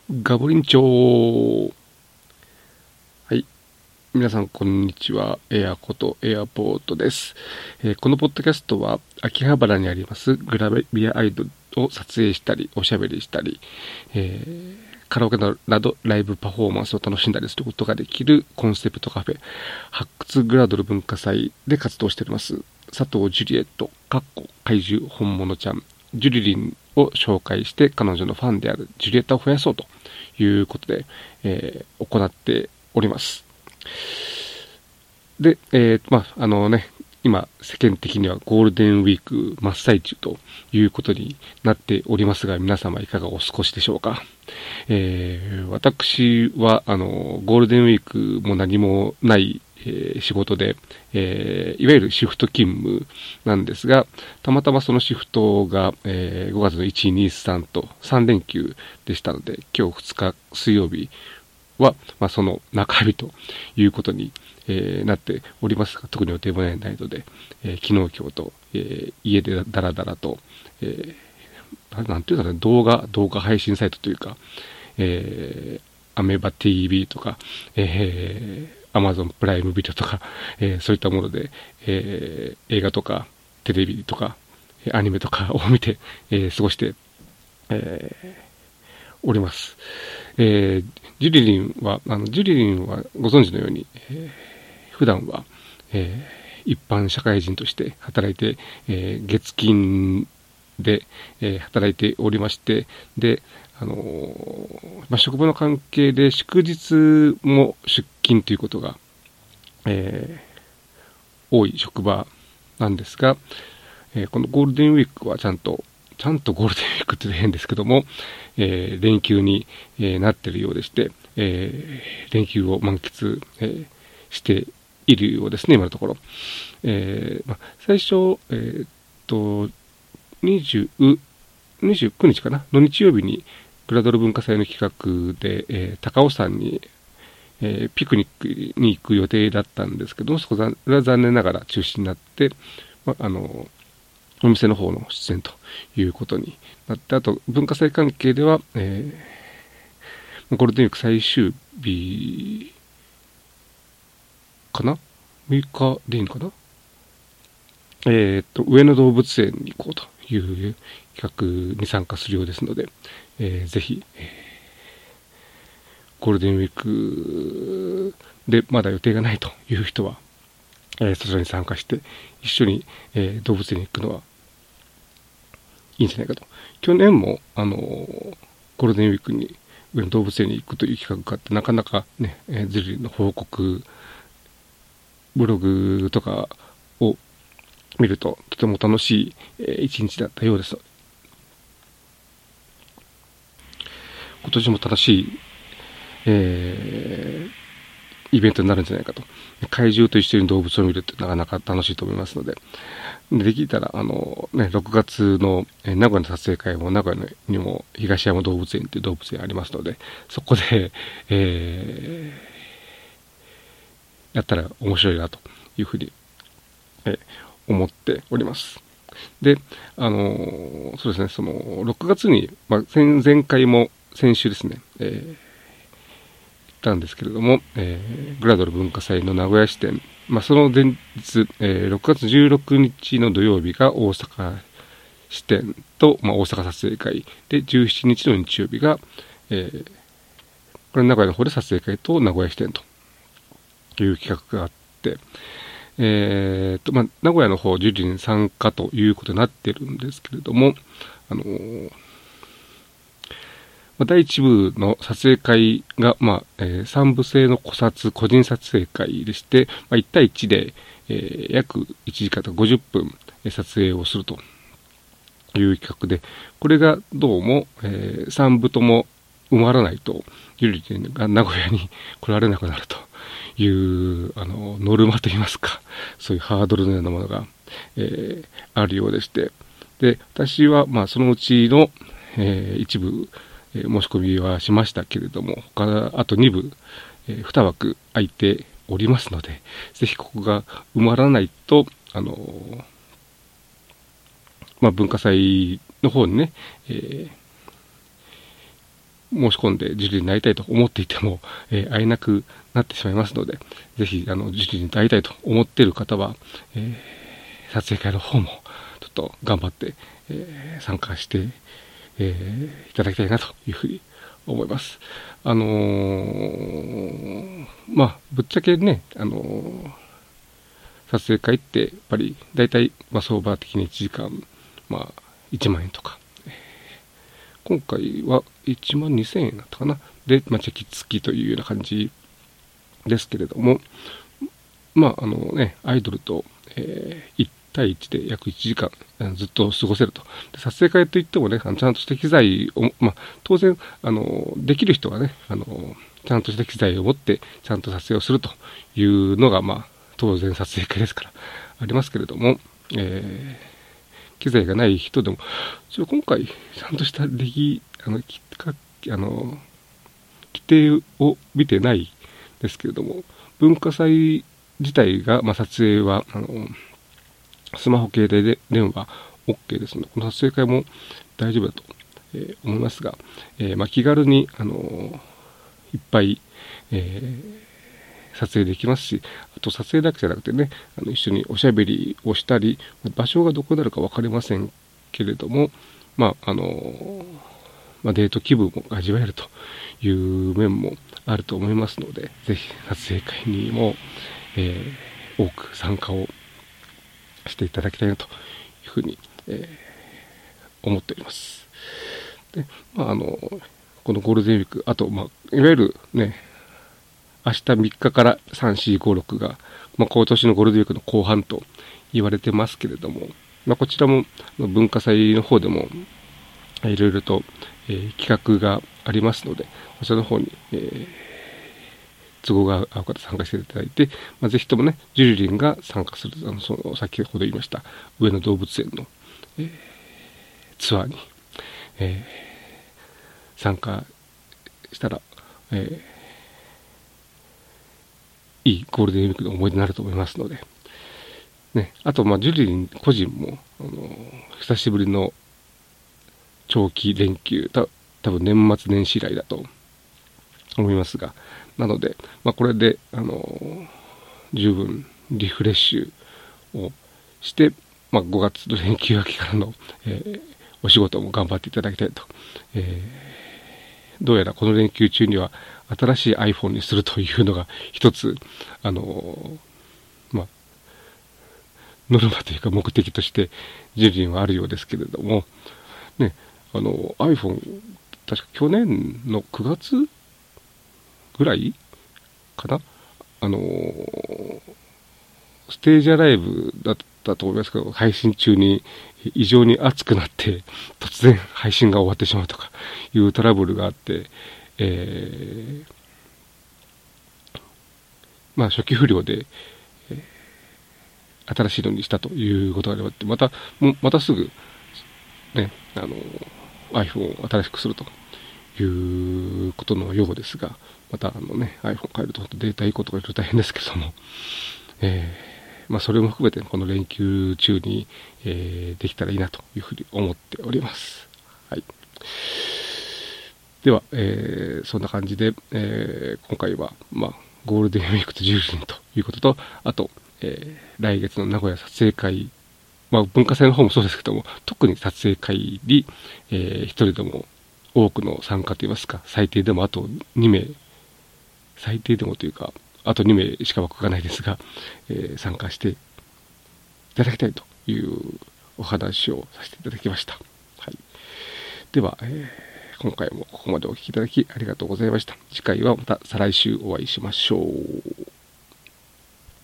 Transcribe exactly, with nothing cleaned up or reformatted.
ガブリンチョー。はい。皆さん、こんにちは。エアことエアポートです、えーこのポッドキャストは、秋葉原にありますグラビアアイドルを撮影したり、おしゃべりしたり、えーカラオケなどライブパフォーマンスを楽しんだりすることができるコンセプトカフェ、発掘グラドル文化祭で活動しております。佐藤ジュリエット、かっこ怪獣本物ちゃん、ジュリリンを紹介して彼女のファンであるジュリエッタを増やそうということで、えー行っております。で、えーまあ、あのね、今、世間的にはゴールデンウィーク真っ最中ということになっておりますが、皆様いかがお過ごしでしょうか。えー私は、あの、ゴールデンウィークも何もない、えー仕事で、えーいわゆるシフト勤務なんですが、たまたまそのシフトが、えーごがつのいち、に、さんとさん連休でしたので、今日ふつか水曜日は、まあ、その中日ということに、えーなっておりますが、特に予定もないので、えー昨日今日と、えー家でだらだらと、えーなんていうかね、動画、動画配信サイトというか、えー、アメバ ティーブイ とか、えー、Amazon プライムビデオとか、えーそういったもので、えー映画とか、テレビとか、えーアニメとかを見て、えー過ごして、えーおります。えージュリリンは、あの、ジュリリンはご存知のように、えー普段は、えー一般社会人として働いて、えー月金で、えー働いておりまして、で、あのーまあ、職場の関係で祝日も出勤ということが、えー多い職場なんですが、えーこのゴールデンウィークはちゃんと、ちゃんとゴールデンウィークって変ですけども、えー連休に、えーなっているようでして、えー連休を満喫、えーしているようですね、今のところ。えーまあ、最初、えーっと、にじゅう、にじゅうくにちかなの日曜日に、グラドル文化祭の企画で、えー高尾山に、えーピクニックに行く予定だったんですけど、そこは残念ながら中止になって、まあ、あの、お店の方の出演ということになって、あと文化祭関係では、えー、ゴールデンウィーク最終日かな ?むいかでいいのかなえーっと、上野動物園に行こうという企画に参加するようですので、えーぜひ、えーゴールデンウィークでまだ予定がないという人は、えーそちらに参加して一緒に、えー動物園に行くのはいいんじゃないかと。去年も、あのーゴールデンウィークに上野動物園に行くという企画があって、なかなかね、えー、ズリの報告、ブログとかを見るととても楽しい、えー一日だったようです。今年も楽しい、えーイベントになるんじゃないかと。怪獣と一緒に動物を見るってなかなか楽しいと思いますので、でできたら、あの、ね、ろくがつの、えー名古屋の撮影会も名古屋にも東山動物園っていう動物園ありますので、そこで、えーやったら面白いなというふうに、えー思っております。で、あのーそうですね、その、ろくがつに、まあ、前前回も先週ですね、えー行ったんですけれども、えーグラドル文化祭の名古屋支店、まあ、その前日、えーろくがつじゅうろくにちの土曜日が大阪支店と、まあ、大阪撮影会で、じゅうしちにちの日曜日が、えーこれ名古屋の方で撮影会と名古屋支店という企画があって、えーと、まあ、名古屋の方、受理に参加ということになってるんですけれども、あのーまあ、だいいち部の撮影会が、まあ、えー、さん部制の個撮、個人撮影会でして、まあ、いち対いちで、えー約いちじかんとごじゅっぷんえー撮影をするという企画で、これがどうも、えー、さん部とも埋まらないと、ゆりりが名古屋に来られなくなるという、あの、ノルマといいますか、そういうハードルのようなものが、えーあるようでして、で、私は、まあ、そのうちの、えー一部、えー申し込みはしましたけれども、他、あとに部、えー、に枠空いておりますので、ぜひここが埋まらないと、あのーまあ、文化祭の方にね、えー申し込んでジュリーになりたいと思っていても、えー、会えなくなってしまいますので、ぜひ、あの、ジュリーになりたいと思っている方は、えー、撮影会の方も、ちょっと頑張って、えー、参加して、えー、いただきたいなというふうに思います。あのー、まあ、ぶっちゃけね、あのー、撮影会って、やっぱり、だいたい、まあ、相場的にいちじかん、まあ、いちまんえんとか、今回はいちまんにせんえんだったかな。で、まあ、チェキ付きというような感じですけれども、まあ、あのね、アイドルと、えー、いち対いちで約いちじかんずっと過ごせると。で撮影会といってもね、あのちゃんとした機材を、まあ、当然、あの、できる人はね、あの、ちゃんとした機材を持って、ちゃんと撮影をするというのが、まあ、当然撮影会ですから、ありますけれども、えー、機材がない人でも、今回、ちゃんとした礼儀、あの、きかあの、規定を見てないですけれども、文化祭自体が、まあ、撮影は、あの、スマホ系で電話 OK ですので、この撮影会も大丈夫だと、えー、思いますが、えーまあ、気軽に、あのー、いっぱい、えー、撮影できますし、あと撮影だけじゃなくてね、あの一緒におしゃべりをしたり、場所がどこになるか分かりませんけれども、まあ、あのーまあ、デート気分も味わえるという面もあると思いますので、ぜひ撮影会にも、えー、多く参加をしていただきたいなというふうに、えー、思っております。で、まあ、あの、このゴールデンウィーク、あと、まあ、いわゆるね、明日みっかからさん、よん、ご、ろくが、まあ、今年のゴールデンウィークの後半と言われてますけれども、まあ、こちらも文化祭の方でも、いろいろと、えー、企画がありますので、こちらの方に、えー、都合が合う方参加していただいて、まあ、ぜひともね、ジュリリンが参加する、あの、その、先ほど言いました、上野動物園の、えー、ツアーに、えー、参加したら、えー、いいゴールデンウィークの思い出になると思いますので、ね、あと、まあ、ジュリリン個人も、あの、久しぶりの長期連休、た多分年末年始以来だと思いますが、なので、まあ、これで、あの、十分リフレッシュをして、まあ、ごがつの連休明けからの、えー、お仕事も頑張っていただきたいと。えー、どうやらこの連休中には新しい iPhone にするというのが一つ、あの、まあ、ノルマというか目的としてジュリンはあるようですけれども、ね、あの、iPhone、確か去年のくがつぐらいかな、あのー、ステージアライブだったと思いますけど、配信中に異常に熱くなって、突然配信が終わってしまうとかいうトラブルがあって、えー、まあ初期不良で、えー、新しいのにしたということがあって、また、もまたすぐ、ね、あのー、iPhone を新しくするということのようですが、またあのね、iPhone 変えるとデータ移行とかいろいろ大変ですけども、えー、まあそれも含めてこの連休中に、えー、できたらいいなというふうに思っております。はい。では、えー、そんな感じで、えー、今回は、まあ、ゴールデンウィークとじゅうじんということと、あと、えー、来月の名古屋撮影会、まあ文化祭の方もそうですけども、特に撮影会に、えー、一人でも多くの参加といいますか、最低でもあとにめい、最低でもというか、あとにめいしか枠がないですが、えー、参加していただきたいというお話をさせていただきました。はい。では、えー、今回もここまでお聞きいただきありがとうございました。次回はまた再来週お会いしましょう。